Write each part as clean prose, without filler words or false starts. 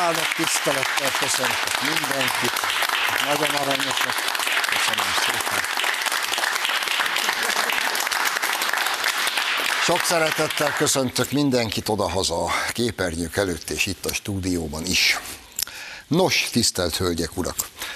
kívánok, tisztelettel köszöntök mindenkit. Nagyon aranyosak. Köszönöm szépen. Sok szeretettel köszöntök mindenkit odahaza a képernyők előtt és itt a stúdióban is. Nos, tisztelt hölgyek, urak!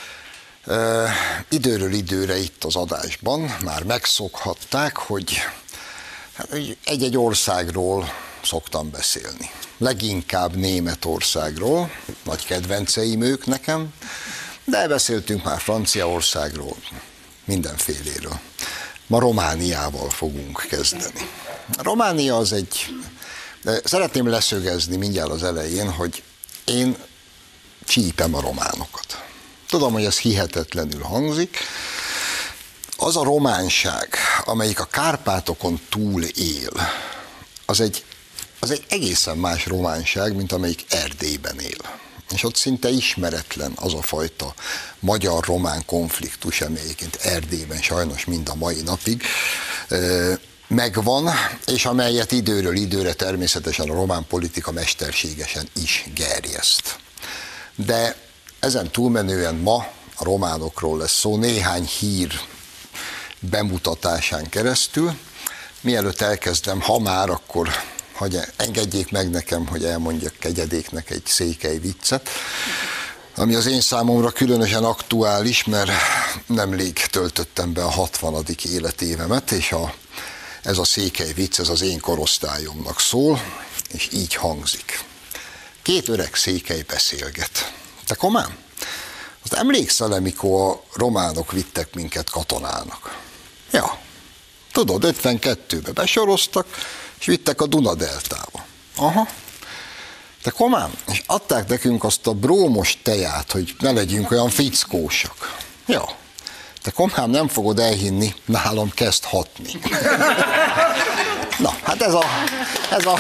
Időről időre itt az adásban már megszokhatták, hogy egy-egy országról szoktam beszélni. Leginkább Németországról, nagy kedvenceim ők nekem, de beszéltünk már Franciaországról, mindenféléről. Ma Romániával fogunk kezdeni. Románia az szeretném leszögezni mindjárt az elején, hogy én csípem a románokat. Tudom, hogy ez hihetetlenül hangzik. Az a románság, amelyik a Kárpátokon túl él, az egy egészen más románság, mint amelyik Erdélyben él. És ott szinte ismeretlen az a fajta magyar-román konfliktus, ami egyébként Erdélyben sajnos mind a mai napig megvan, és amelyet időről időre természetesen a román politika mesterségesen is gerjeszt. De ezen túlmenően ma a románokról lesz szó, néhány hír bemutatásán keresztül. Mielőtt elkezdem, ha már, akkor engedjék meg nekem, hogy elmondjak kegyedéknek egy székely viccet, ami az én számomra különösen aktuális, mert nemrég töltöttem be a 60. életévemet, és ez a székely vicc, ez az én korosztályomnak szól, és így hangzik. Két öreg székely beszélget. Te komám? Azt emlékszel, amikor a románok vittek minket katonának? Ja, tudod, 52-be besoroztak, és vittek a Duna-deltába. Aha. Te komám, és adták nekünk azt a brómos teját, hogy ne legyünk olyan fickósak. Ja. Te komám, nem fogod elhinni, nálam kezd hatni. Na, hát ez a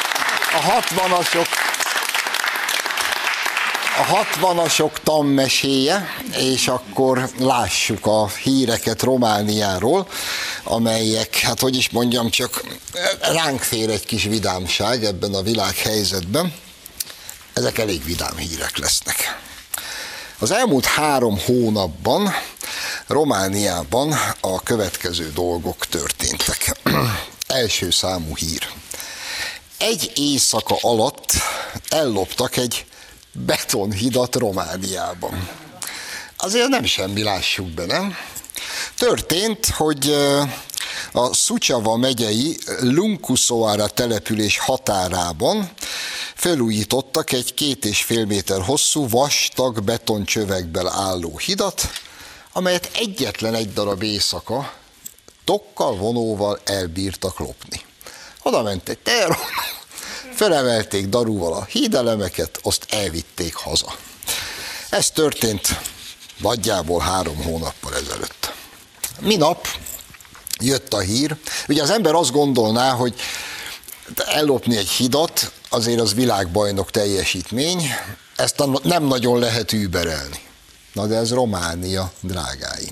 60-asok tanmeséje, és akkor lássuk a híreket Romániáról, amelyek, hát hogy is mondjam, csak ránk fér egy kis vidámság ebben a világhelyzetben. Ezek elég vidám hírek lesznek. Az elmúlt 3 hónapban Romániában a következő dolgok történtek. Első számú hír. Egy éjszaka alatt elloptak egy betonhidat Romániában. Azért nem semmi, lássuk be, nem? Történt, hogy a Suceava megyei Luncusoara település határában felújítottak egy 2,5 méter hosszú, vastag betoncsövekből álló hidat, amelyet egyetlen egy darab éjszaka tokkal, vonóval elbírtak lopni. Oda ment egy terror, felemelték darúval a hídelemeket, azt elvitték haza. Ez történt nagyjából 3 hónappal ezelőtt. Minap jött a hír, ugye az ember azt gondolná, hogy ellopni egy hidat, azért az világbajnok teljesítmény, ezt nem nagyon lehet überelni. Na de ez Románia, drágáim.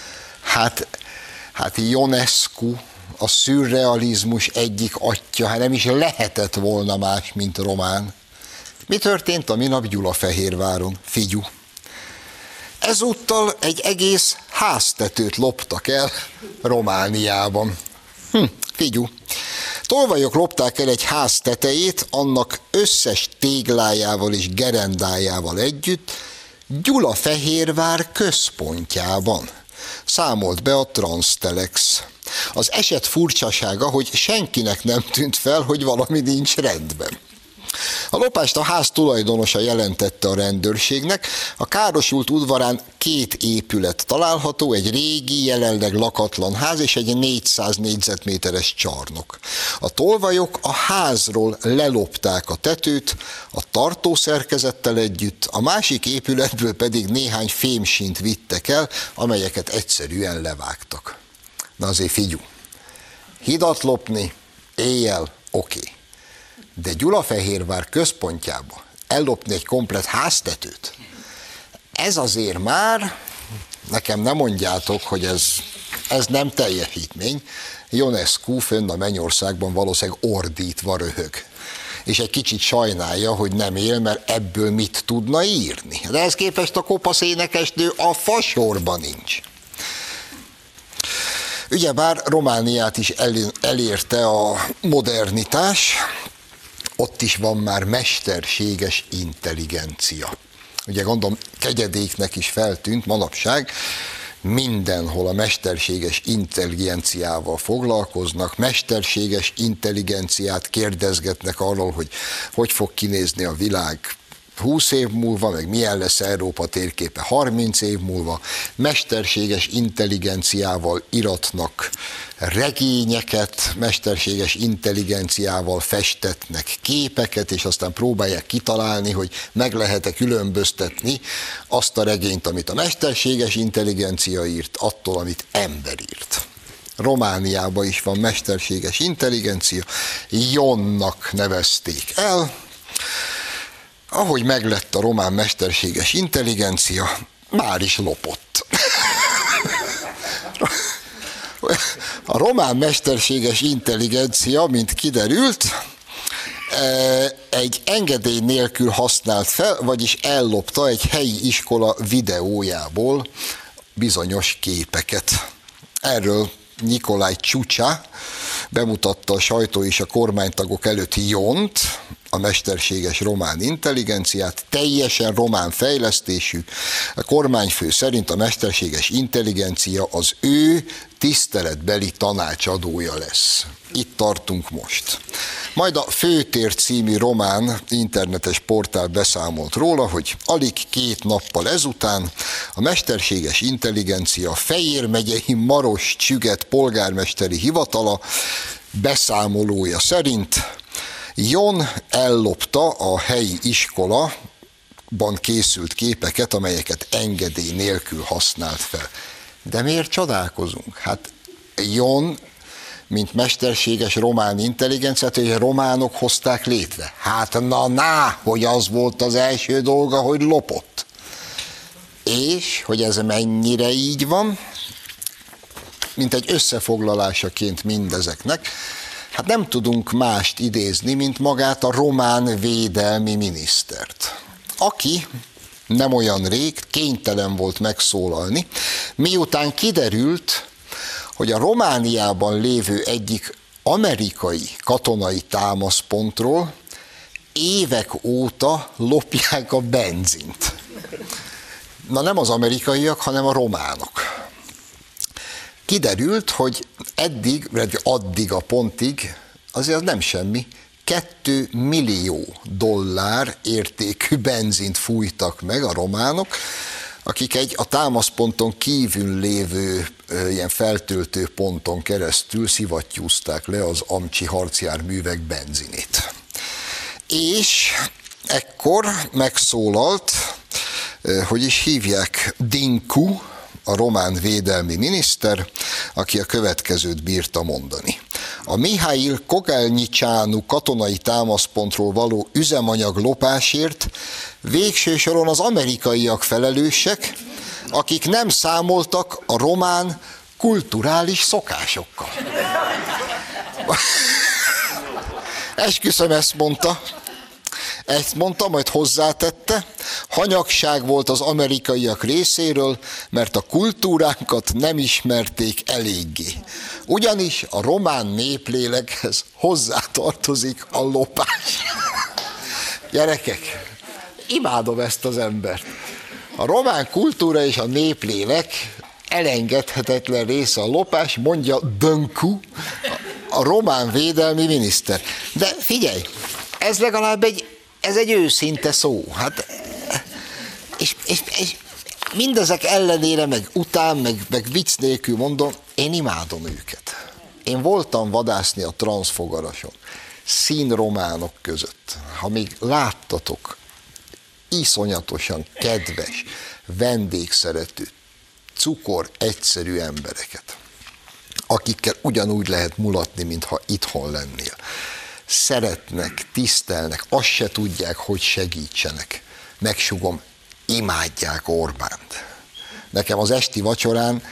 Hát Ionescu, a szürrealizmus egyik atya, hát nem is lehetett volna más, mint román. Mi történt a minap Gyulafehérváron? Figyú. Ezúttal egy egész háztetőt loptak el Romániában. Figyú. Tolvajok lopták el egy ház tetejét, annak összes téglájával és gerendájával együtt, Gyulafehérvár központjában. Számolt be a Transtelex. Az eset furcsasága, hogy senkinek nem tűnt fel, hogy valami nincs rendben. A lopást a ház tulajdonosa jelentette a rendőrségnek, a károsult udvarán 2 épület található, egy régi, jelenleg lakatlan ház és egy 400 négyzetméteres csarnok. A tolvajok a házról lelopták a tetőt, a tartószerkezettel együtt, a másik épületből pedig néhány fémsínt vittek el, amelyeket egyszerűen levágtak. Na azért figyú, hidat lopni, éjjel, oké. De Gyulafehérvár központjába ellopni egy komplett háztetőt, ez azért már, nekem nem mondjátok, hogy ez nem teljesítmény. Ionescu fönn a mennyországban valószínűleg ordítva röhög. és egy kicsit sajnálja, hogy nem él, mert ebből mit tudna írni. De ehhez képest a kopasz énekesnő a fasorban nincs. Ugyebár Romániát is elérte a modernitás, ott is van már mesterséges intelligencia. Ugye gondolom, kegyedéknek is feltűnt manapság, mindenhol a mesterséges intelligenciával foglalkoznak, mesterséges intelligenciát kérdezgetnek arról, hogy fog kinézni a világ 20 év múlva, meg milyen lesz Európa térképe 30 év múlva, mesterséges intelligenciával iratnak regényeket, mesterséges intelligenciával festetnek képeket, és aztán próbálják kitalálni, hogy meg lehet-e különböztetni azt a regényt, amit a mesterséges intelligencia írt, attól, amit ember írt. Romániában is van mesterséges intelligencia, Jonnak nevezték el. Ahogy meglett a román mesterséges intelligencia, már is lopott. A román mesterséges intelligencia, mint kiderült, egy engedély nélkül használt fel, vagyis ellopta egy helyi iskola videójából bizonyos képeket. Erről Nikolaj Csucsa bemutatta a sajtó és a kormánytagok előtt Jont, a mesterséges román intelligenciát, teljesen román fejlesztésű. A kormányfő szerint a mesterséges intelligencia az ő tiszteletbeli tanácsadója lesz. Itt tartunk most. Majd a Főtér című román internetes portál beszámolt róla, hogy alig 2 nappal ezután a mesterséges intelligencia Fejér megyei Maros-Csüget polgármesteri hivatala beszámolója szerint Jon ellopta a helyi iskolaban készült képeket, amelyeket engedély nélkül használt fel. De miért csodálkozunk? Hát Jon, mint mesterséges román intelligenciát, hogy a románok hozták létre. Hát hogy az volt az első dolga, hogy lopott. És, hogy ez mennyire így van, mint egy összefoglalásaként mindezeknek, hát nem tudunk mást idézni, mint magát a román védelmi minisztert, aki nem olyan rég kénytelen volt megszólalni, miután kiderült, hogy a Romániában lévő egyik amerikai katonai támaszpontról évek óta lopják a benzint. Na nem az amerikaiak, hanem a románok. Kiderült, hogy addig a pontig, azért az nem semmi, $2 millió értékű benzint fújtak meg a románok, akik a támaszponton kívül lévő ilyen feltöltő ponton keresztül szivattyúzták le az amcsi harcjárművek benzinét. És ekkor megszólalt, hogy is hívják, Dinku, a román védelmi miniszter, aki a következőt bírta mondani. A Mihail Kogelnyicsánu katonai támaszpontról való üzemanyag lopásért végső soron az amerikaiak felelősek, akik nem számoltak a román kulturális szokásokkal. Esküszöm, ezt mondta, majd hozzátette, hanyagság volt az amerikaiak részéről, mert a kultúránkat nem ismerték eléggé. Ugyanis a román néplélekhez hozzátartozik a lopás. Gyerekek, imádom ezt az embert. A román kultúra és a néplélek elengedhetetlen része a lopás, mondja Dönku, a román védelmi miniszter. De figyelj, ez legalább egy őszinte szó. Hát, és mindezek ellenére, meg után, meg vicc nélkül mondom, én imádom őket. Én voltam vadászni a Transzfogarason, színrománok között. Ha még láttatok iszonyatosan kedves, vendégszerető, cukor egyszerű embereket, akikkel ugyanúgy lehet mulatni, mintha itthon lennél. Szeretnek, tisztelnek, azt se tudják, hogy segítsenek. Megsugom, imádják Orbánt. Nekem az esti vacsorán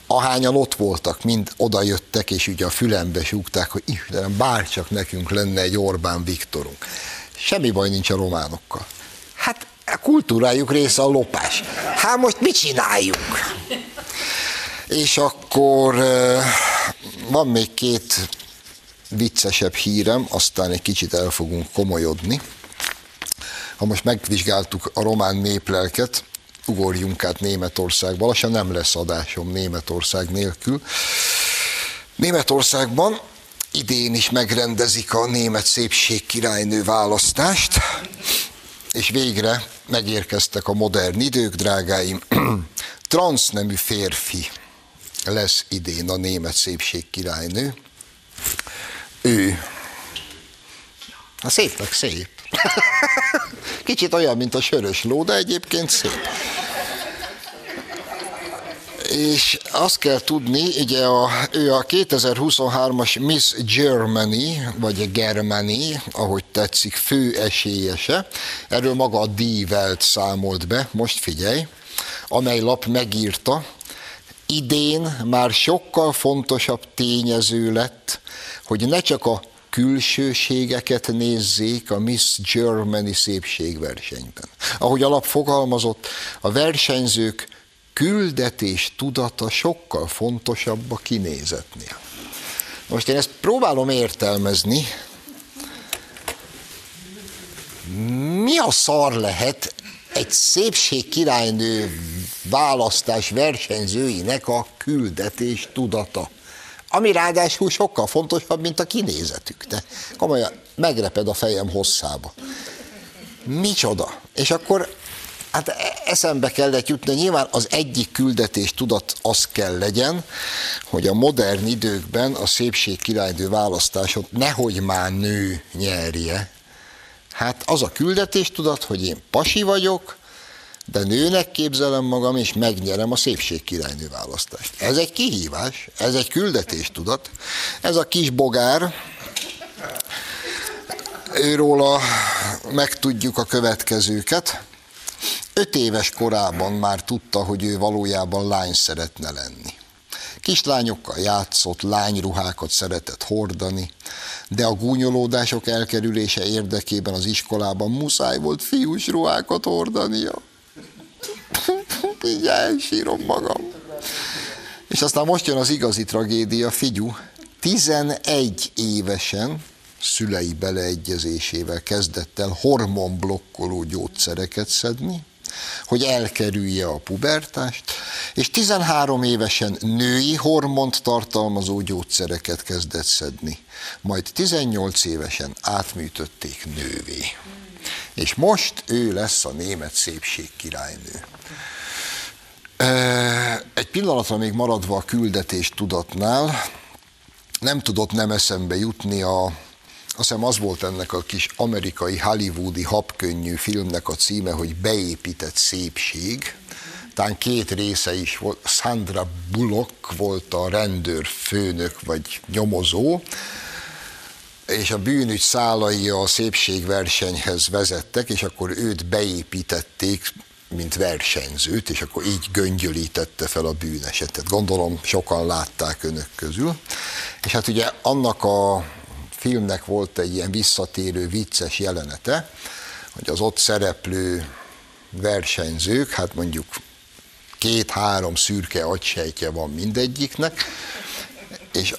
ahányan ott voltak, mind oda jöttek, és ugye a fülembe súgták, hogy Istenem, bárcsak nekünk lenne egy Orbán Viktorunk. Semmi baj nincs a románokkal. Hát a kultúrájuk része a lopás. Hát most mit csináljunk? És akkor van még két viccesebb hírem, aztán egy kicsit el fogunk komolyodni. Ha most megvizsgáltuk a román néplelket, ugorjunk át Németországba, lassan nem lesz adásom Németország nélkül. Németországban idén is megrendezik a német szépségkirálynő választást, és végre megérkeztek a modern idők, drágáim. Transznemű férfi lesz idén a német szépségkirálynő. Ő. Hát szépnek szép. Kicsit olyan, mint a sörös ló, de egyébként szép. És azt kell tudni, ugye ő a 2023-as Miss Germany, vagy a Germany, ahogy tetszik, fő esélyese. Erről maga a Die Welt számolt be, most figyelj, amely lap megírta, idén már sokkal fontosabb tényező lett, hogy ne csak a külsőségeket nézzék a Miss Germany szépségversenyben. Ahogy a lap fogalmazott, a versenyzők küldetés tudata sokkal fontosabb a kinézetnél. Most én ezt próbálom értelmezni. Mi a szar lehet egy szépségkirálynő választás versenyzőinek a küldetés tudata? Ami ráadásul sokkal fontosabb, mint a kinézetük. De komolyan megreped a fejem hosszába. Micsoda? És akkor hát eszembe kellett jutni, nyilván az egyik küldetés tudat az kell legyen, hogy a modern időkben a szépségkirálynő választásot nehogy már nő nyerje. Hát az a küldetés tudat, hogy én pasi vagyok, de nőnek képzelem magam, és megnyerem a szépségkirálynő választást. Ez egy kihívás, ez egy küldetéstudat. Ez a kis bogár, őróla megtudjuk a következőket. 5 éves korában már tudta, hogy ő valójában lány szeretne lenni. Kislányokkal játszott, lányruhákat szeretett hordani, de a gúnyolódások elkerülése érdekében az iskolában muszáj volt fiús ruhákat hordania. Így elsírom magam. És aztán most jön az igazi tragédia, figyú, 11 évesen, szülei beleegyezésével kezdett el hormonblokkoló gyógyszereket szedni, hogy elkerülje a pubertást, és 13 évesen női hormont tartalmazó gyógyszereket kezdett szedni. Majd 18 évesen átműtötték nővé. És most ő lesz a német szépségkirálynő. Egy pillanatra még maradva a küldetés tudatnál, nem tudott nem eszembe jutni azt hiszem az volt ennek a kis amerikai hollywoodi habkönnyű filmnek a címe, hogy Beépített szépség. Talán 2 része is volt. Sandra Bullock volt a rendőrfőnök vagy nyomozó, és a bűnügy szálai a szépségversenyhez vezettek, és akkor őt beépítették, mint versenyzőt, és akkor így göngyölítette fel a bűnesetet. Gondolom sokan látták önök közül. És hát ugye annak a filmnek volt egy ilyen visszatérő vicces jelenete, hogy az ott szereplő versenyzők, hát mondjuk 2-3 szürke agysejtje van mindegyiknek, és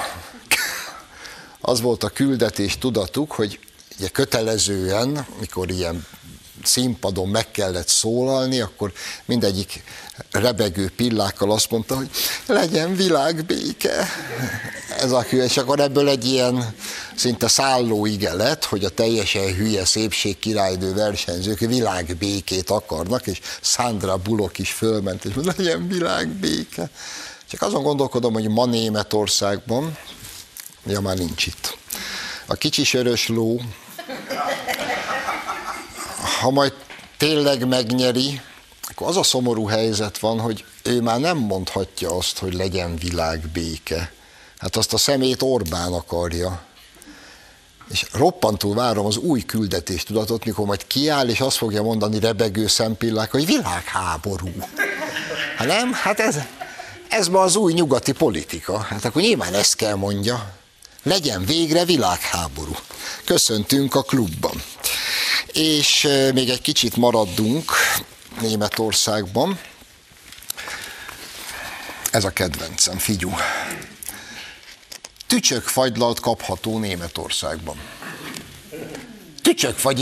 az volt a küldetés tudatuk, hogy ugye kötelezően, mikor ilyen színpadon meg kellett szólalni, akkor mindegyik rebegő pillákkal azt mondta, hogy legyen világbéke. Ez a hülye, és akkor ebből egy ilyen szinte szállóige lett, hogy a teljesen hülye szépségkirálynő versenyzők világbékét akarnak, és Sandra Bullock is fölment, és mondta, legyen világbéke. Csak azon gondolkodom, hogy ma Németországban, ja már nincs itt, a kicsi sörös ló, ha majd tényleg megnyeri, akkor az a szomorú helyzet van, hogy ő már nem mondhatja azt, hogy legyen világbéke. Hát azt a szemét Orbán akarja. És roppantul várom az új küldetéstudatot, mikor majd kiáll, és azt fogja mondani rebegő szempillák, hogy világháború. Hát nem? Hát Ez ma az új nyugati politika. Hát akkor nyilván ezt kell mondja. Legyen végre világháború. Köszöntünk a klubban. És még egy kicsit maradunk Németországban. Ez a kedvencem, figyú. Tücsökfagylalt kapható Németországban. Tücsökfagyi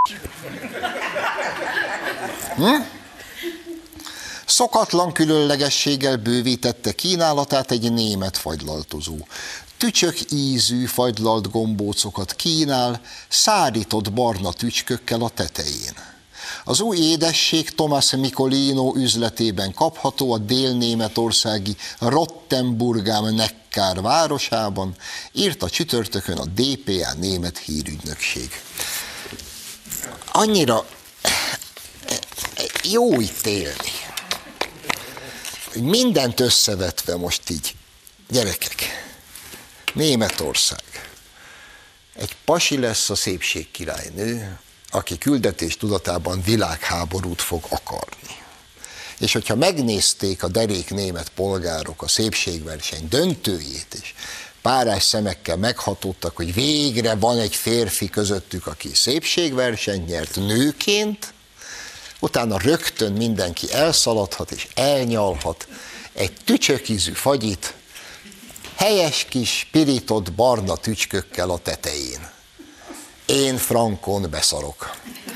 Szokatlan különlegességgel bővítette kínálatát egy német fagylaltozó. Tücsök ízű fagylalt gombócokat kínál, szárított barna tücskökkel a tetején. Az új édesség Thomas Mikolino üzletében kapható a délnémetországi Rottenburg am Neckar városában, írta csütörtökön a DPA német hírügynökség. Annyira jó itt élni. Mindent összevetve most így, gyerekek, Németország. Egy pasi lesz a szépségkirálynő, aki küldetés tudatában világháborút fog akarni. És hogyha megnézték a derék német polgárok a szépségverseny döntőjét, és párás szemekkel meghatódtak, hogy végre van egy férfi közöttük, aki szépségversenyt nyert nőként, utána rögtön mindenki elszaladhat és elnyalhat egy tücsökízű fagyit, helyes kis pirított barna tücskökkel a tetején. Én frankon beszarok.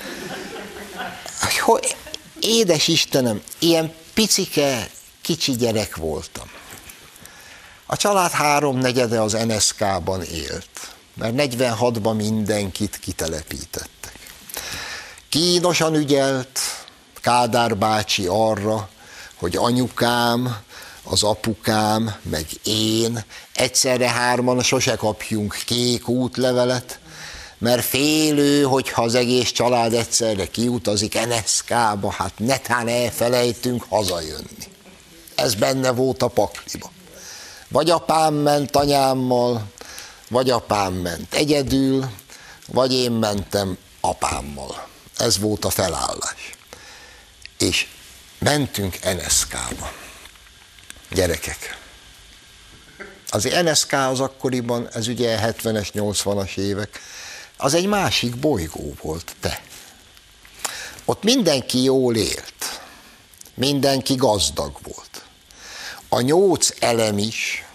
Édes Istenem, ilyen picike, kicsi gyerek voltam. A család 3/4 az NSZK-ban élt, mert 46-ban mindenkit kitelepítettek. Kínosan ügyelt Kádár bácsi arra, hogy anyukám, az apukám, meg én egyszerre 3-an sose kapjunk kék útlevelet, mert félő, hogyha az egész család egyszerre kiutazik NSZK-ba, hát netán elfelejtünk hazajönni. Ez benne volt a pakliba. Vagy apám ment anyámmal, vagy apám ment egyedül, vagy én mentem apámmal. Ez volt a felállás. És mentünk NSZK-ba. Gyerekek. Az NSZK az akkoriban, ez ugye 70-es, 80-as évek, az egy másik bolygó volt, te. Ott mindenki jól élt. Mindenki gazdag volt. A 8 elem is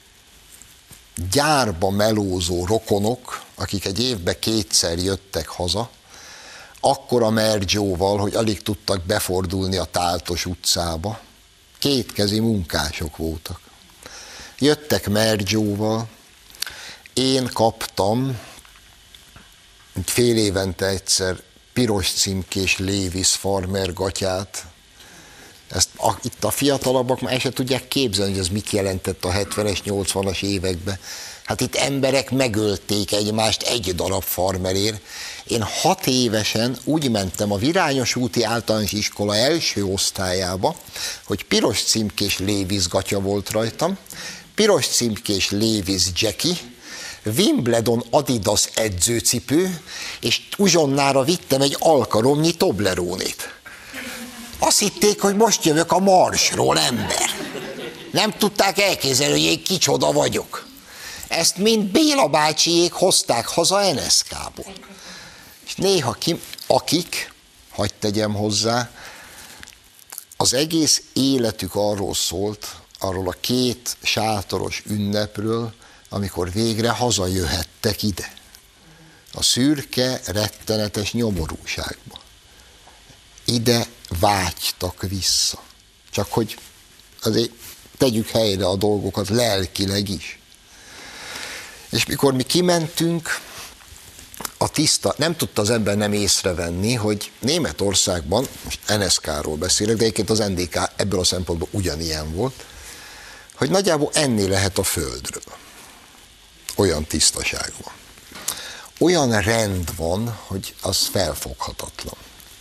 gyárba melózó rokonok, akik egy évben 2-szer jöttek haza, akkora mergyóval, hogy alig tudtak befordulni a Táltos utcába. Kétkezi munkások voltak. Jöttek mergyóval, én kaptam fél évente egyszer piros címkés Levi's farmer gatyát. Ezt itt a fiatalabbak már el se tudják képzelni, hogy ez mit jelentett a 70-es, 80-as években. Hát itt emberek megölték egymást egy darab farmerért. Én 6 évesen úgy mentem a Virányos úti általános iskola első osztályába, hogy piros címkés Levi's gatya volt rajtam, piros címkés Levi's Jackie, Wimbledon Adidas edzőcipő, és uzsonnára vittem egy alkaromnyi Toblerónét. Azt hitték, hogy most jövök a Marsról, ember. Nem tudták elképzelni, hogy én kicsoda vagyok. Ezt mind Béla bácsiék hozták haza NSZK-ból. És néha akik, hadd tegyem hozzá, az egész életük arról szólt, arról a 2 sátoros ünnepről, amikor végre hazajöhettek ide. A szürke, rettenetes nyomorúságba. Ide vágytak vissza. Csak hogy azért tegyük helyre a dolgokat lelkileg is. És mikor mi kimentünk, nem tudta az ember nem észrevenni, hogy Németországban, most NSZK-ról beszélek, de egyébként az NDK ebből a szempontból ugyanilyen volt, hogy nagyjából enni lehet a földről. Olyan tisztaság van. Olyan rend van, hogy az felfoghatatlan.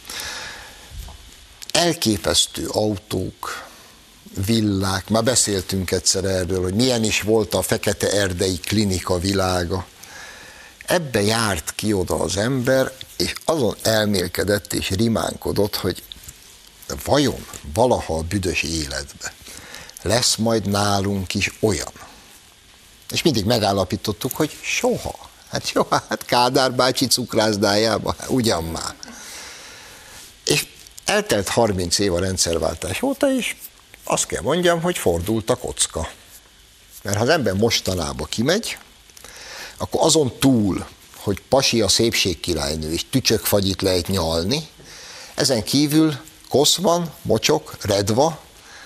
Elképesztő autók, villák, már beszéltünk egyszer erről, hogy milyen is volt a Fekete-erdei klinika világa. Ebbe járt ki oda az ember, és azon elmélkedett és rimánkodott, hogy vajon valaha a büdös életbe lesz majd nálunk is olyan. És mindig megállapítottuk, hogy soha. Hát Kádár bácsi cukrászdájába, ugyan már. És eltelt 30 év a rendszerváltás óta, és azt kell mondjam, hogy fordult a kocka. Mert ha az ember mostanába kimegy, akkor azon túl, hogy pasi a szépségkirálynő, és tücsökfagyit lehet nyalni, ezen kívül kosz van, mocsok, redva,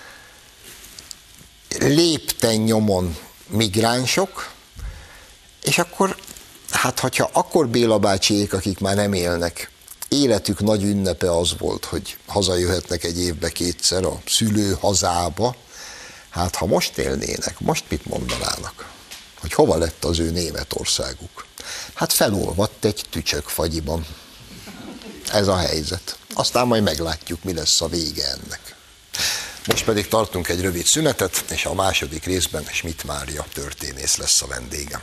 lépten nyomon migránsok, és akkor, hát hogyha akkor Béla bácsiék, akik már nem élnek, életük nagy ünnepe az volt, hogy hazajöhetnek egy évbe kétszer a szülőhazába, hát ha most élnének, most mit mondanának? Hogy hova lett az ő Németországuk? Hát felolvadt egy tücsökfagyiban. Ez a helyzet. Aztán majd meglátjuk, mi lesz a vége ennek. Most pedig tartunk egy rövid szünetet, és a második részben Schmidt Mária történész lesz a vendégem.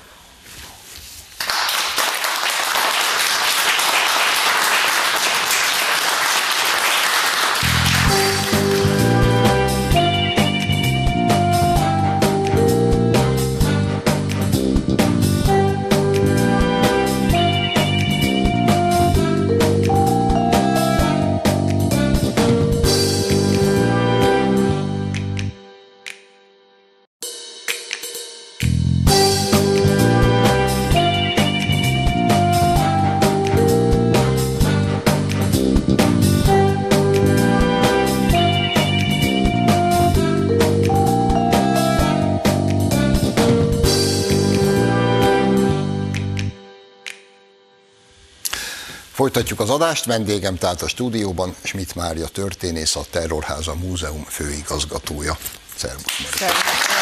Folytatjuk az adást, vendégem tehát a stúdióban Schmidt Mária történész, a Terrorháza Múzeum főigazgatója. Szervusz, Mária.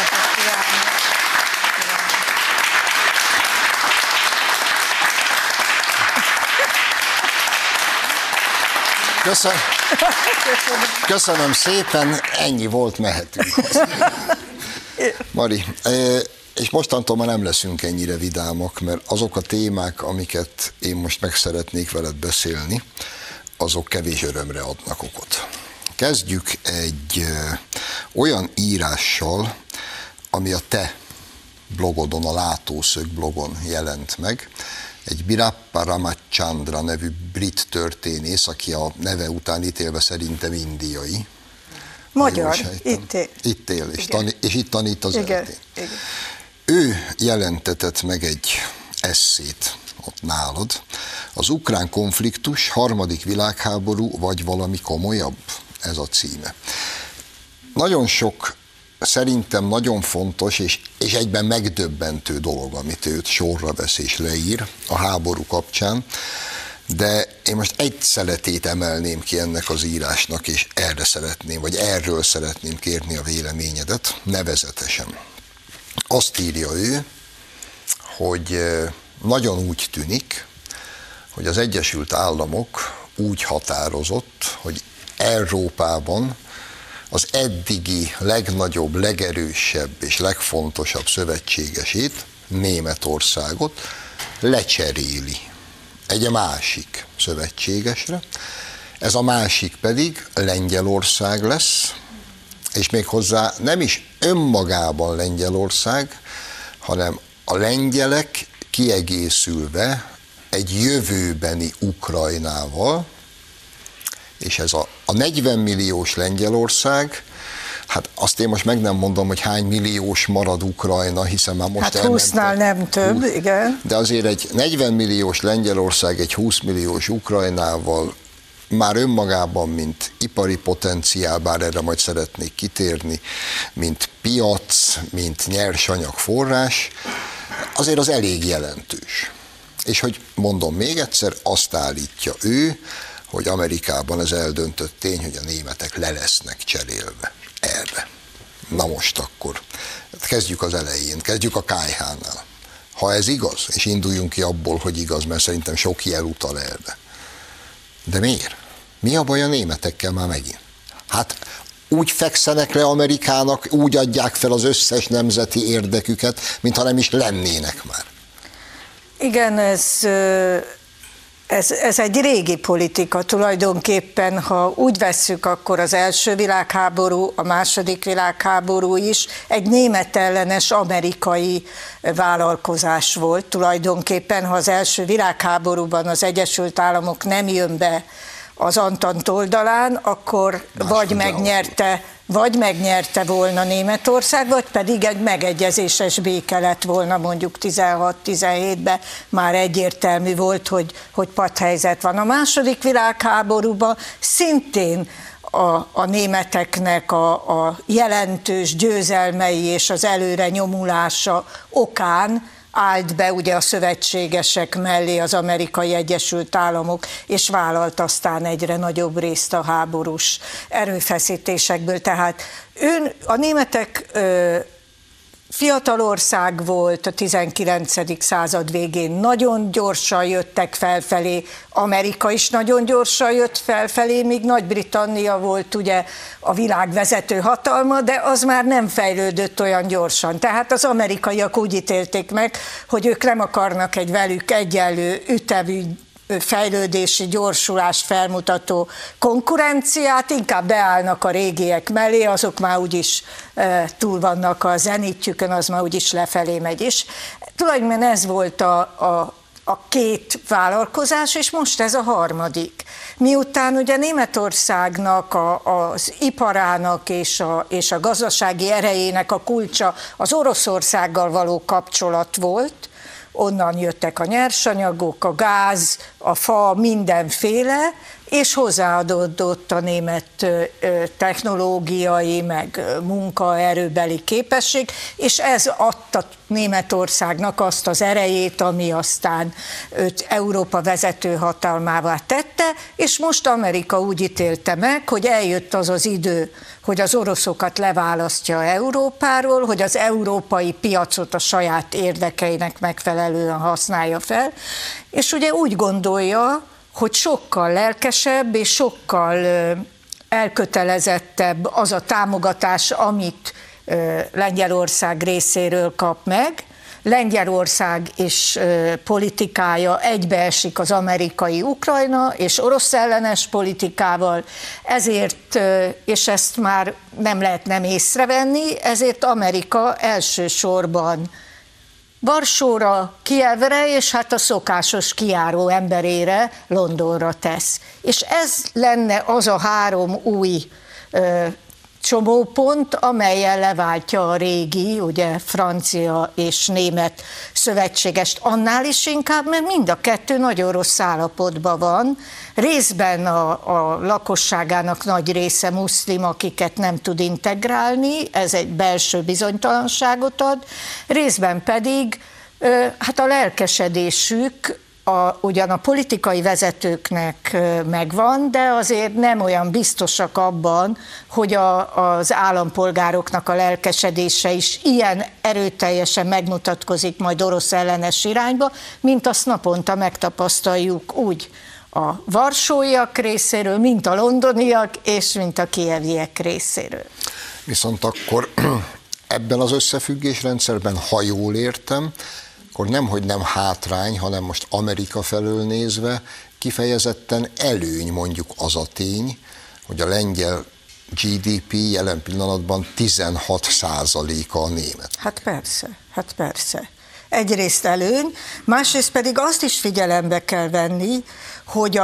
Köszönöm szépen, ennyi volt, mehetünk. Mari, és mostantól már nem leszünk ennyire vidámak, mert azok a témák, amiket én most meg szeretnék veled beszélni, azok kevés örömre adnak okot. Kezdjük egy olyan írással, ami a te blogodon, a Látószög blogon jelent meg. Egy Birappa Ramachandra nevű brit történész, aki a neve után ítélve szerintem indiai. Magyar, itt él, és itt tanít az eltén. Ő jelentetett meg egy esszét ott nálad. Az ukrán konfliktus, harmadik világháború, vagy valami komolyabb? Ez a címe. Nagyon sok, szerintem nagyon fontos és egyben megdöbbentő dolog, amit őt sorra vesz és leír a háború kapcsán, de én most egy szeletét emelném ki ennek az írásnak, és erről szeretném kérni a véleményedet, nevezetesen. Azt írja ő, hogy nagyon úgy tűnik, hogy az Egyesült Államok úgy határozott, hogy Európában az eddigi legnagyobb, legerősebb és legfontosabb szövetségesét, Németországot lecseréli egy másik szövetségesre. Ez a másik pedig Lengyelország lesz, és méghozzá nem is önmagában Lengyelország, hanem a lengyelek kiegészülve egy jövőbeni Ukrajnával, és ez a 40 milliós Lengyelország, hát azt én most meg nem mondom, hogy hány milliós marad Ukrajna, hiszen már most hát 20-nál nem több, igen. De azért egy 40 milliós Lengyelország egy 20 milliós Ukrajnával már önmagában, mint ipari potenciál, bár erre majd szeretnék kitérni, mint piac, mint nyersanyag forrás, azért az elég jelentős. És hogy mondom még egyszer, azt állítja ő, hogy Amerikában ez eldöntött tény, hogy a németek le lesznek cserélve erre. Na most akkor, kezdjük az elején, kezdjük a KH-nál. Ha ez igaz, és induljunk ki abból, hogy igaz, mert szerintem sok jel utal erre. De miért? Mi a baj a németekkel már megint? Hát úgy fekszenek le Amerikának, úgy adják fel az összes nemzeti érdeküket, mintha nem is lennének már. Igen, Ez egy régi politika tulajdonképpen, ha úgy vesszük, akkor az első világháború, a második világháború is egy német ellenes amerikai vállalkozás volt tulajdonképpen. Ha az első világháborúban az Egyesült Államok nem jön be az Antant oldalán, akkor vagy megnyerte volna Németország, vagy pedig egy megegyezéses béke lett volna mondjuk 16-17-ben, már egyértelmű volt, hogy patthelyzet van. A második világháborúban szintén a németeknek a jelentős győzelmei és az előre nyomulása okán állt be ugye a szövetségesek mellé az Amerikai Egyesült Államok, és vállalt aztán egyre nagyobb részt a háborús erőfeszítésekből. Tehát a németek fiatal ország volt, a 19. század végén nagyon gyorsan jöttek felfelé, Amerika is nagyon gyorsan jött felfelé, míg Nagy-Britannia volt ugye a világ vezető hatalma, de az már nem fejlődött olyan gyorsan. Tehát az amerikaiak úgy ítélték meg, hogy ők nem akarnak egy velük egyenlő ütemű fejlődési gyorsulást felmutató konkurenciát, inkább beállnak a régiek mellé, azok már úgyis túl vannak a zenitjükön, az már úgyis lefelé megy is. Tulajdonképpen ez volt a két vállalkozás, és most ez a harmadik. Miután ugye Németországnak az iparának és a gazdasági erejének a kulcsa az Oroszországgal való kapcsolat volt, onnan jöttek a nyersanyagok, a gáz, a fa, mindenféle, és hozzáadódott a német technológiai, meg munkaerőbeli képesség, és ez adta Németországnak azt az erejét, ami aztán őt Európa vezető hatalmává tette, és most Amerika úgy ítélte meg, hogy eljött az az idő, hogy az oroszokat leválasztja Európáról, hogy az európai piacot a saját érdekeinek megfelelően használja fel, és ugye úgy gondolja, hogy sokkal lelkesebb és sokkal elkötelezettebb az a támogatás, amit Lengyelország részéről kap meg. Lengyelország és politikája egybeesik az amerikai Ukrajna és orosz ellenes politikával, ezért, és ezt már nem lehet nem észrevenni, ezért Amerika elsősorban Varsóra, Kijevre, és hát a szokásos kijáró emberére, Londonra tesz. És ez lenne az a három új csomópont, amellyel leváltja a régi, ugye francia és német szövetségest, annál is inkább, mert mind a kettő nagyon rossz állapotban van. Részben a lakosságának nagy része muszlim, akiket nem tud integrálni, ez egy belső bizonytalanságot ad, részben pedig hát a lelkesedésük ugyan a politikai vezetőknek megvan, de azért nem olyan biztosak abban, hogy az állampolgároknak a lelkesedése is ilyen erőteljesen megmutatkozik majd orosz ellenes irányba, mint azt naponta megtapasztaljuk úgy a varsóiak részéről, mint a londoniak, és mint a kijeviek részéről. Viszont akkor ebben az összefüggésrendszerben, ha jól értem, akkor nemhogy nem hátrány, hanem most Amerika felől nézve kifejezetten előny mondjuk az a tény, hogy a lengyel GDP jelen pillanatban 16%-a a német. Hát persze. Egyrészt előny, másrészt pedig azt is figyelembe kell venni, hogy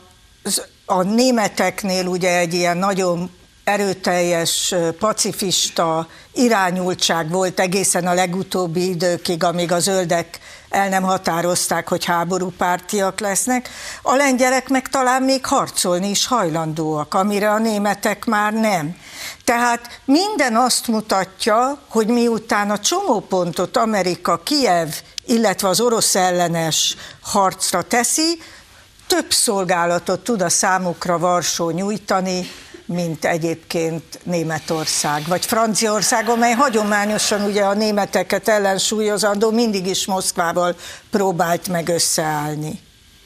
a németeknél ugye egy ilyen nagyon erőteljes, pacifista irányultság volt egészen a legutóbbi időkig, amíg a zöldek el nem határozták, hogy háborúpártiak lesznek. A lengyelek meg talán még harcolni is hajlandóak, amire a németek már nem. Tehát minden azt mutatja, hogy miután a csomópontot Amerika, Kijev, illetve az orosz ellenes harcra teszi, több szolgálatot tud a számukra Varsó nyújtani, mint egyébként Németország, vagy Franciaország, amely hagyományosan ugye a németeket ellensúlyozandó, mindig is Moszkvával próbált meg összeállni.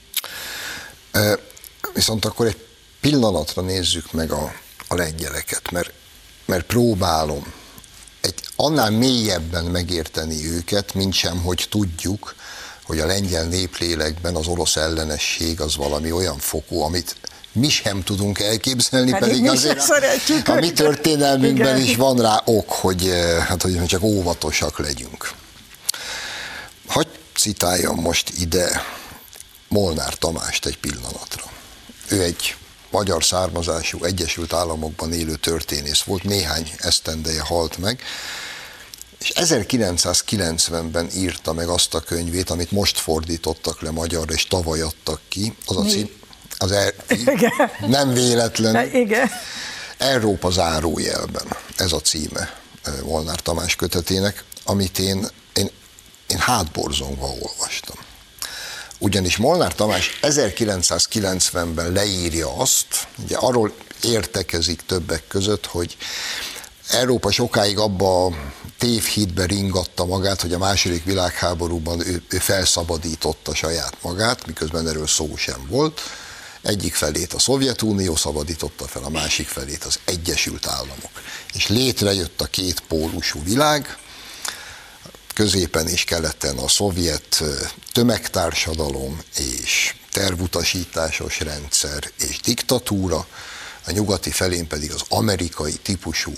Viszont akkor egy pillanatra nézzük meg a lengyeleket, mert próbálom annál mélyebben megérteni őket, mint sem, hogy tudjuk, hogy a lengyel néplélekben az orosz ellenesség az valami olyan fokú, amit mi sem tudunk elképzelni, pedig azért a mi történelmünkben is van rá ok, hogy csak óvatosak legyünk. Hadd citáljam most ide Molnár Tamást egy pillanatra. Ő egy magyar származású, Egyesült Államokban élő történész volt, néhány esztendeje halt meg, és 1990-ben írta meg azt a könyvét, amit most fordítottak le magyarra, és tavaly adtak ki. Az a cím, nem véletlen. Igen. Európa zárójelben, ez a címe Molnár Tamás kötetének, amit én hátborzongva olvastam. Ugyanis Molnár Tamás 1990-ben leírja azt, ugye arról értekezik többek között, hogy Európa sokáig abba a tévhitbe ringatta magát, hogy a II. Világháborúban ő felszabadította saját magát, miközben erről szó sem volt. Egyik felét a Szovjetunió szabadította fel, a másik felét az Egyesült Államok. És létrejött a két pólusú világ, középen és keleten a szovjet tömegtársadalom és tervutasításos rendszer és diktatúra, a nyugati felén pedig az amerikai típusú,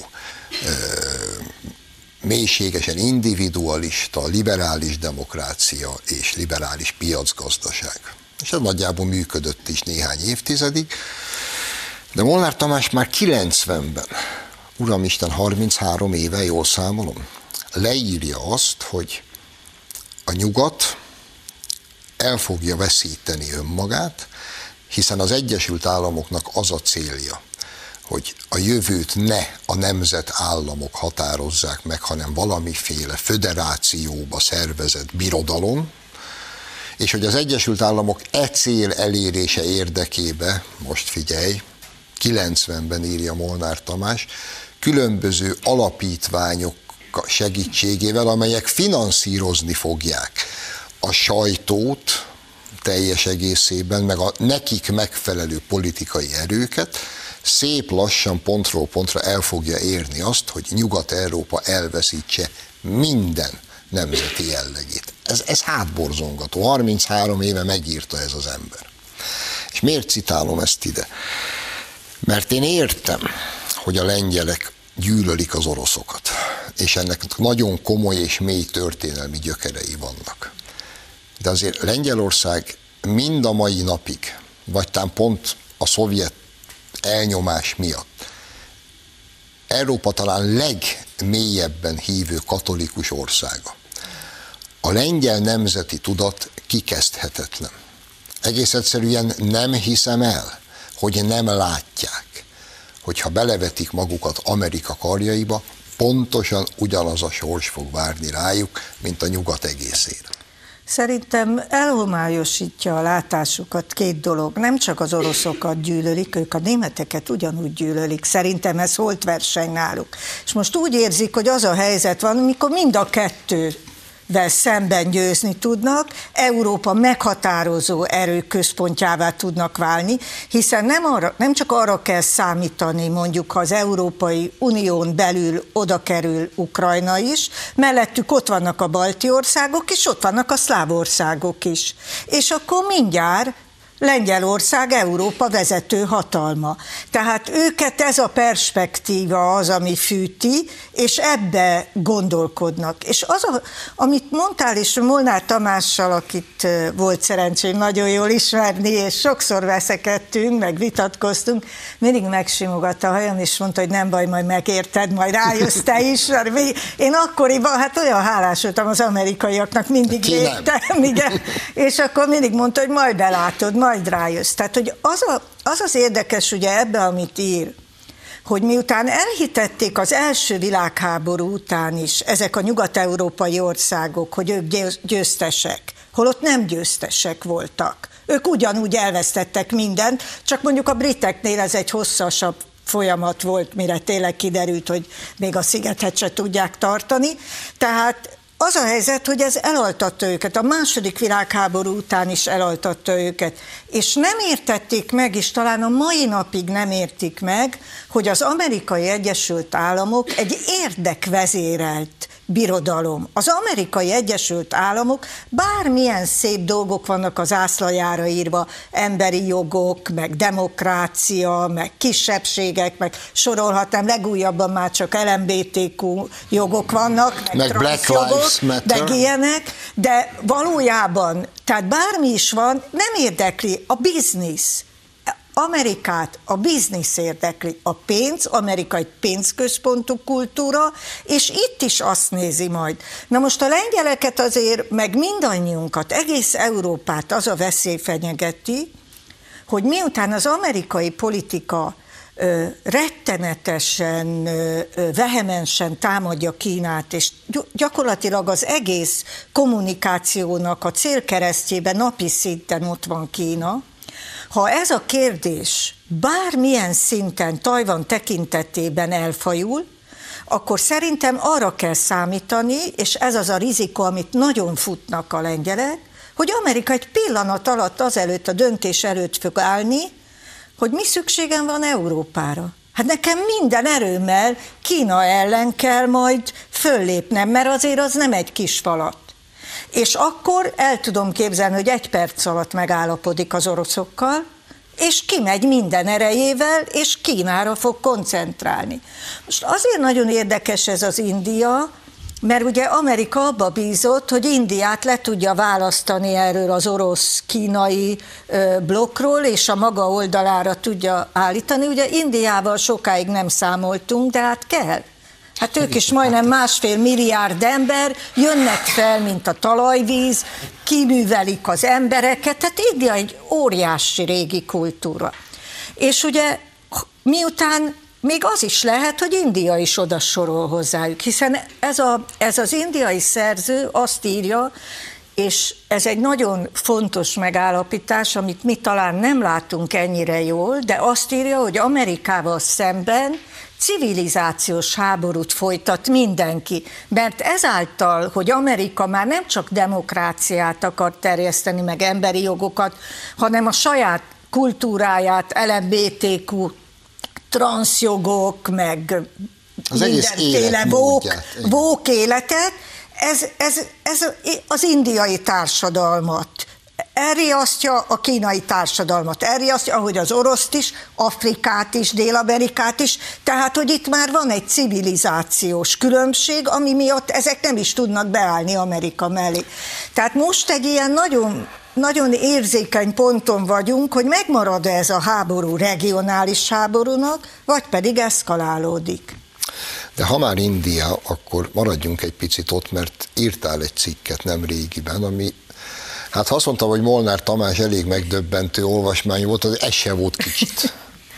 mélységesen individualista, liberális demokrácia és liberális piacgazdaság. És ez nagyjából működött is néhány évtizedig, de Molnár Tamás már 90-ben, uramisten, 33 éve, jól számolom, leírja azt, hogy a nyugat el fogja veszíteni önmagát, hiszen az Egyesült Államoknak az a célja, hogy a jövőt ne a nemzetállamok határozzák meg, hanem valamiféle föderációba szervezett birodalom, és hogy az Egyesült Államok cél elérése érdekébe, most figyelj, 90-ben írja Molnár Tamás, különböző alapítványok segítségével, amelyek finanszírozni fogják a sajtót teljes egészében, meg a nekik megfelelő politikai erőket, szép lassan pontról pontra el fogja érni azt, hogy Nyugat-Európa elveszítse minden nemzeti jellegét. Ez hátborzongató. 33 éve megírta ez az ember. És miért citálom ezt ide? Mert én értem, hogy a lengyelek gyűlölik az oroszokat, és ennek nagyon komoly és mély történelmi gyökerei vannak. De azért Lengyelország mind a mai napig, vagy talán pont a szovjet elnyomás miatt, Európa talán legmélyebben hívő katolikus országa. A lengyel nemzeti tudat kikezdhetetlen. Egész egyszerűen nem hiszem el, hogy nem látják, hogyha belevetik magukat Amerika karjaiba, pontosan ugyanaz a sors fog várni rájuk, mint a nyugat egészére. Szerintem elhomályosítja a látásukat két dolog. Nem csak az oroszokat gyűlölik, ők a németeket ugyanúgy gyűlölik. Szerintem ez holtverseny náluk. És most úgy érzik, hogy az a helyzet van, amikor mind a kettővel szemben győzni tudnak, Európa meghatározó erőközpontjává tudnak válni, hiszen nem csak arra kell számítani, mondjuk, ha az Európai Unión belül oda kerül Ukrajna is, mellettük ott vannak a balti országok, és ott vannak a szláv országok is. És akkor mindjárt Lengyelország Európa vezető hatalma. Tehát őket ez a perspektíva az, ami fűti, és ebbe gondolkodnak. És az, amit mondtál, és Molnár Tamással, akit volt szerencsém nagyon jól ismerni, és sokszor veszekedtünk, meg vitatkoztunk, mindig megsimogatta a hajam, és mondta, hogy nem baj, majd megérted, majd rájössz te is. Én akkoriban hát olyan hálás voltam az amerikaiaknak, mindig léptem, igen, és akkor mindig mondta, hogy majd belátod, majd rájössz. Tehát, hogy az az érdekes ugye ebbe, amit ír, hogy miután elhitették az első világháború után is ezek a nyugat-európai országok, hogy ők győztesek, holott nem győztesek voltak. Ők ugyanúgy elvesztettek mindent, csak mondjuk a briteknél ez egy hosszasabb folyamat volt, mire tényleg kiderült, hogy még a szigetet se tudják tartani. Tehát az a helyzet, hogy ez elaltatta őket, a második világháború után is elaltatta őket, és nem értették meg, és talán a mai napig nem értik meg, hogy az Amerikai Egyesült Államok egy érdekvezérelt birodalom. Az Amerikai Egyesült Államok, bármilyen szép dolgok vannak az zászlajára írva, emberi jogok, meg demokrácia, meg kisebbségek, meg sorolhatnám, legújabban már csak LMBTQ jogok vannak, meg Black Lives Matter, meg ilyenek, de valójában, tehát bármi is van, nem érdekli a biznisz. Amerikát a biznisz érdekli, a pénz, Amerika egy pénzközpontú kultúra, és itt is azt nézi majd. Na most a lengyeleket azért, meg mindannyiunkat, egész Európát az a veszély fenyegeti, hogy miután az amerikai politika rettenetesen, vehemensen támadja Kínát, és gyakorlatilag az egész kommunikációnak a célkeresztjében napi szinten ott van Kína. Ha ez a kérdés bármilyen szinten Tajvan tekintetében elfajul, akkor szerintem arra kell számítani, és ez az a rizikó, amit nagyon futnak a lengyelek, hogy Amerika egy pillanat alatt azelőtt a döntés előtt fog állni, hogy mi szükségem van Európára. Hát nekem minden erőmmel Kína ellen kell majd föllépnem, mert azért az nem egy kis falat. És akkor el tudom képzelni, hogy 1 perc alatt megállapodik az oroszokkal, és kimegy minden erejével, és Kínára fog koncentrálni. Most azért nagyon érdekes ez az India, mert ugye Amerika abba bízott, hogy Indiát le tudja választani erről az orosz-kínai blokkról, és a maga oldalára tudja állítani. Ugye Indiával sokáig nem számoltunk, de hát kell. Hát ők is majdnem 1,5 milliárd ember, jönnek fel, mint a talajvíz, kiművelik az embereket, tehát India egy óriási régi kultúra. És ugye miután még az is lehet, hogy India is oda sorol hozzájuk, hiszen ez az indiai szerző azt írja, és ez egy nagyon fontos megállapítás, amit mi talán nem látunk ennyire jól, de azt írja, hogy Amerikával szemben civilizációs háborút folytat mindenki, mert ezáltal, hogy Amerika már nem csak demokráciát akar terjeszteni, meg emberi jogokat, hanem a saját kultúráját, LMBTQ, transzjogok, meg az mindenféle vók életet, ez az indiai társadalmat elriasztja, a kínai társadalmat elriasztja, ahogy az oroszt is, Afrikát is, Dél-Amerikát is, tehát, hogy itt már van egy civilizációs különbség, ami miatt ezek nem is tudnak beállni Amerika mellé. Tehát most egy ilyen nagyon érzékeny ponton vagyunk, hogy megmarad ez a háború regionális háborúnak, vagy pedig eszkalálódik. De ha már India, akkor maradjunk egy picit ott, mert írtál egy cikket nem régiben, ami, hát ha azt mondtam, hogy Molnár Tamás elég megdöbbentő olvasmány volt, az ez se volt kicsit.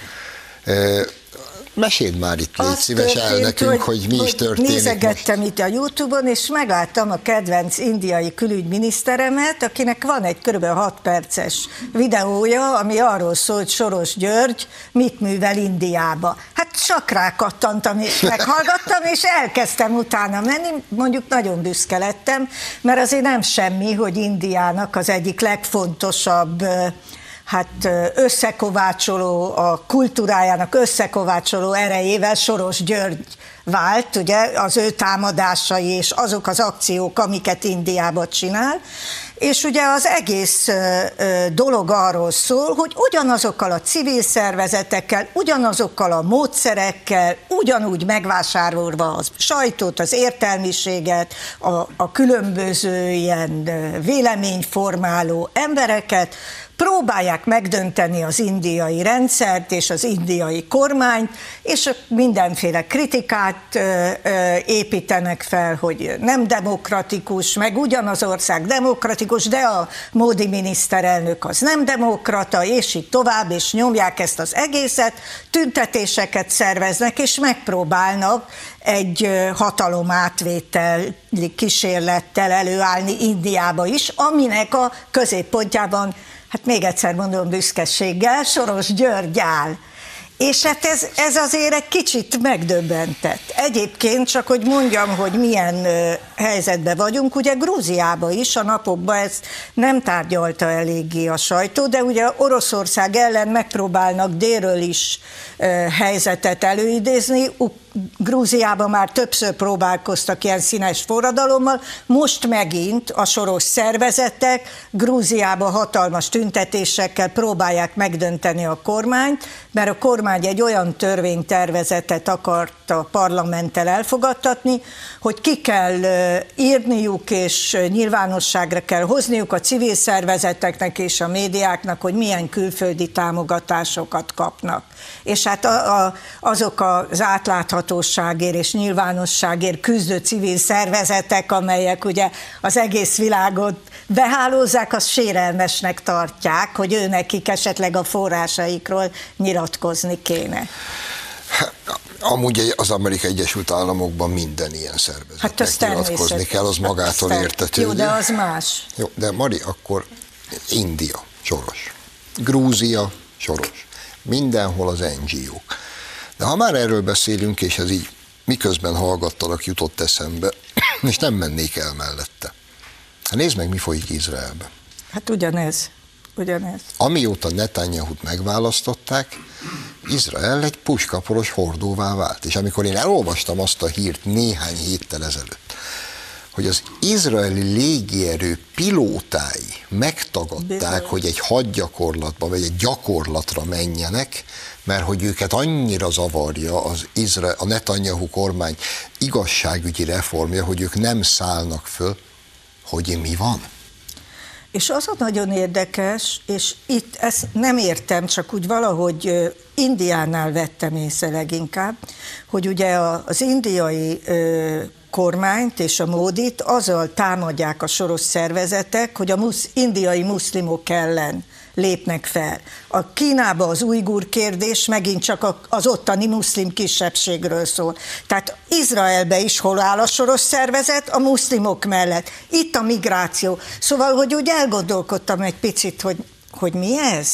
Meséld már itt, légy szíves el nekünk, hogy mi is történik. Nézegettem most itt a YouTube-on, és megláttam a kedvenc indiai külügyminiszteremet, akinek van egy kb. 6 perces videója, ami arról szól, hogy Soros György mit művel Indiába. Hát csak rákattantam, és meghallgattam, és elkezdtem utána menni, mondjuk nagyon büszke lettem, mert azért nem semmi, hogy Indiának az egyik legfontosabb összekovácsoló, a kultúrájának összekovácsoló erejével Soros György vált, ugye, az ő támadásai és azok az akciók, amiket Indiában csinál, és ugye az egész dolog arról szól, hogy ugyanazokkal a civil szervezetekkel, ugyanazokkal a módszerekkel, ugyanúgy megvásárolva a sajtót, az értelmiséget, a különböző ilyen véleményformáló embereket, próbálják megdönteni az indiai rendszert és az indiai kormányt, és mindenféle kritikát építenek fel, hogy nem demokratikus, meg ugyanaz ország demokratikus, de a Módi miniszterelnök az nem demokrata, és így tovább, és nyomják ezt az egészet, tüntetéseket szerveznek, és megpróbálnak egy hatalomátvételi kísérlettel előállni Indiába is, aminek a középpontjában, hát még egyszer mondom büszkeséggel, Soros György áll. És hát ez azért egy kicsit megdöbbentett. Egyébként csak, hogy mondjam, hogy milyen helyzetben vagyunk, ugye Grúziában is a napokban ezt nem tárgyalta eléggé a sajtó, de ugye Oroszország ellen megpróbálnak délről is helyzetet előidézni, Grúziában már többször próbálkoztak ilyen színes forradalommal, most megint a soros szervezetek Grúziában hatalmas tüntetésekkel próbálják megdönteni a kormányt, mert a kormány egy olyan törvénytervezetet akart a parlamenttel elfogadtatni, hogy ki kell írniuk és nyilvánosságra kell hozniuk a civil szervezeteknek és a médiáknak, hogy milyen külföldi támogatásokat kapnak. És hát azok az átláthatóságért és nyilvánosságért küzdő civil szervezetek, amelyek ugye az egész világot behálózzák, azt sérelmesnek tartják, hogy őnekik esetleg a forrásaikról nyilatkozni kéne. Amúgy az Amerikai Egyesült Államokban minden ilyen szervezetnek nyilatkozni kell, az magától értetődő. Jó, de az más. Jó, de Mari, akkor India, soros. Grúzia, soros. Mindenhol az NGO-k. De ha már erről beszélünk, és ez így miközben hallgattalak, jutott eszembe, és nem mennék el mellette. Hát nézd meg, mi folyik Izraelben. Hát ugyanez. Amióta Netanyahut megválasztották, Izrael egy puskaporos hordóvá vált. És amikor én elolvastam azt a hírt néhány héttel ezelőtt, hogy az izraeli légierő pilótái megtagadták, hogy egy hadgyakorlatba, vagy egy gyakorlatra menjenek, mert hogy őket annyira zavarja a Netanyahu kormány igazságügyi reformja, hogy ők nem szállnak föl, hogy mi van. És az a nagyon érdekes, és itt ezt nem értem, csak úgy valahogy Indiánál vettem észre leginkább, hogy ugye az indiai kormányt és a Módit azzal támadják a soros szervezetek, hogy az indiai muszlimok ellen lépnek fel. A Kínában az ujgur kérdés megint csak az ottani muszlim kisebbségről szól. Tehát Izraelbe is hol áll a soros szervezet? A muszlimok mellett. Itt a migráció. Szóval, hogy úgy elgondolkodtam egy picit, hogy mi ez?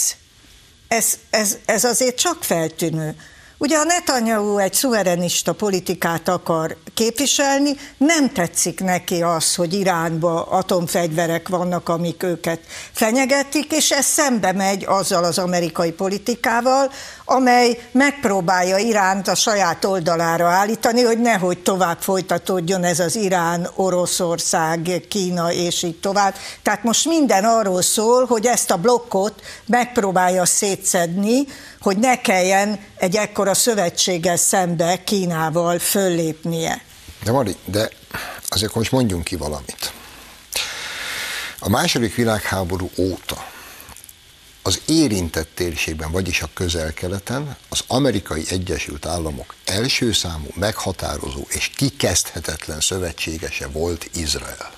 Ez azért csak feltűnő. Ugye a Netanyahu egy szuverenista politikát akar képviselni, nem tetszik neki az, hogy Iránban atomfegyverek vannak, amik őket fenyegetik, és ez szembe megy azzal az amerikai politikával, amely megpróbálja Iránt a saját oldalára állítani, hogy nehogy tovább folytatódjon ez az Irán, Oroszország, Kína és így tovább. Tehát most minden arról szól, hogy ezt a blokkot megpróbálja szétszedni, hogy ne kelljen egy ekkora szövetséggel szembe Kínával föllépnie. De Mari, de azért most mondjunk ki valamit. A második világháború óta az érintett térségben, vagyis a Közel-Keleten az Amerikai Egyesült Államok első számú, meghatározó és kikezdhetetlen szövetségese volt Izrael.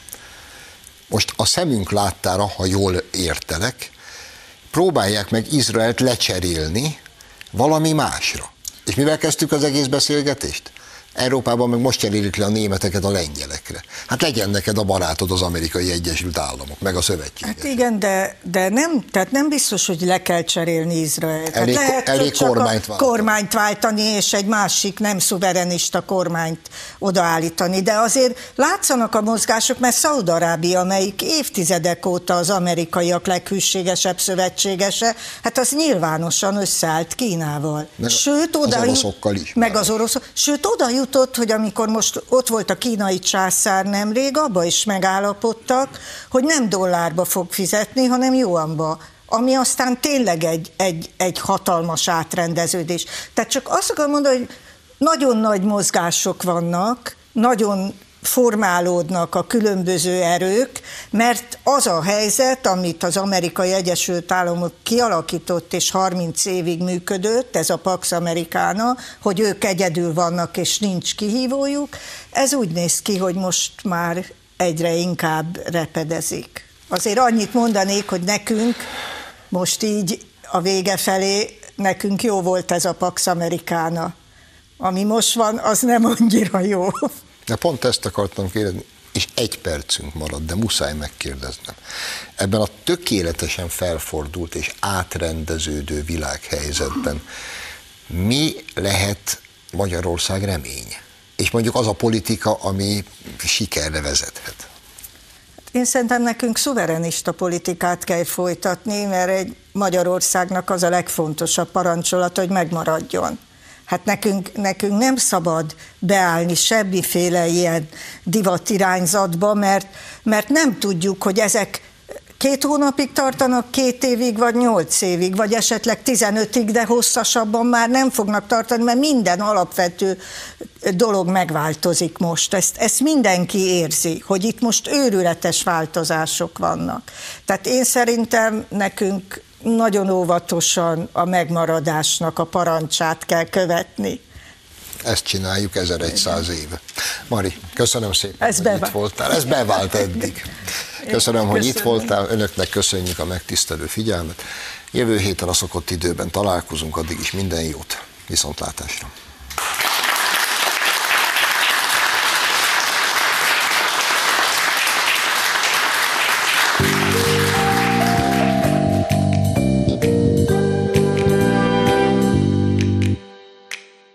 Most a szemünk láttára, ha jól értelek, próbálják meg Izraelt lecserélni valami másra. És mivel kezdtük az egész beszélgetést? Európában meg most cserélik le a németeket a lengyelekre. Hát legyen neked a barátod az Amerikai Egyesült Államok, meg a szövetséges. Hát igen, de nem biztos, hogy le kell cserélni Izraelt. Elég kormányt váltani, és egy másik nem szuverenista kormányt odaállítani. De azért látszanak a mozgások, mert Szaúd-Arábia, amelyik évtizedek óta az amerikaiak leghűségesebb szövetségese, hát az nyilvánosan összeállt Kínával. Sőt, az oroszokkal is. Meg az oroszok. Sőt, oda jutott, hogy amikor most ott volt a kínai császár nemrég, abba is megállapodtak, hogy nem dollárba fog fizetni, hanem juanba, ami aztán tényleg egy hatalmas átrendeződés. Tehát csak azt akarom mondani, hogy nagyon nagy mozgások vannak, nagyon formálódnak a különböző erők, mert az a helyzet, amit az Amerikai Egyesült Államok kialakított és 30 évig működött, ez a Pax Americana, hogy ők egyedül vannak és nincs kihívójuk, ez úgy néz ki, hogy most már egyre inkább repedezik. Azért annyit mondanék, hogy nekünk most így a vége felé, nekünk jó volt ez a Pax Americana. Ami most van, az nem annyira jó. De pont ezt akartam kérdezni, és 1 percünk marad, de muszáj megkérdeznem. Ebben a tökéletesen felfordult és átrendeződő világhelyzetben mi lehet Magyarország reménye? És mondjuk az a politika, ami sikerre vezethet. Én szerintem nekünk szuverenista politikát kell folytatni, mert egy Magyarországnak az a legfontosabb parancsolat, hogy megmaradjon. Hát nekünk nem szabad beállni semmiféle ilyen divatirányzatba, mert nem tudjuk, hogy ezek 2 hónapig tartanak, 2 évig, vagy 8 évig, vagy esetleg 15-ig, de hosszasabban már nem fognak tartani, mert minden alapvető dolog megváltozik most. Ezt mindenki érzi, hogy itt most őrületes változások vannak. Tehát én szerintem nekünk nagyon óvatosan a megmaradásnak a parancsát kell követni. Ezt csináljuk 1100 éve. Mari, köszönöm szépen, hogy itt voltál. Ez bevált eddig. Köszönöm, hogy itt voltál. Önöknek köszönjük a megtisztelő figyelmet. Jövő héten a szokott időben találkozunk, addig is minden jót. Viszontlátásra.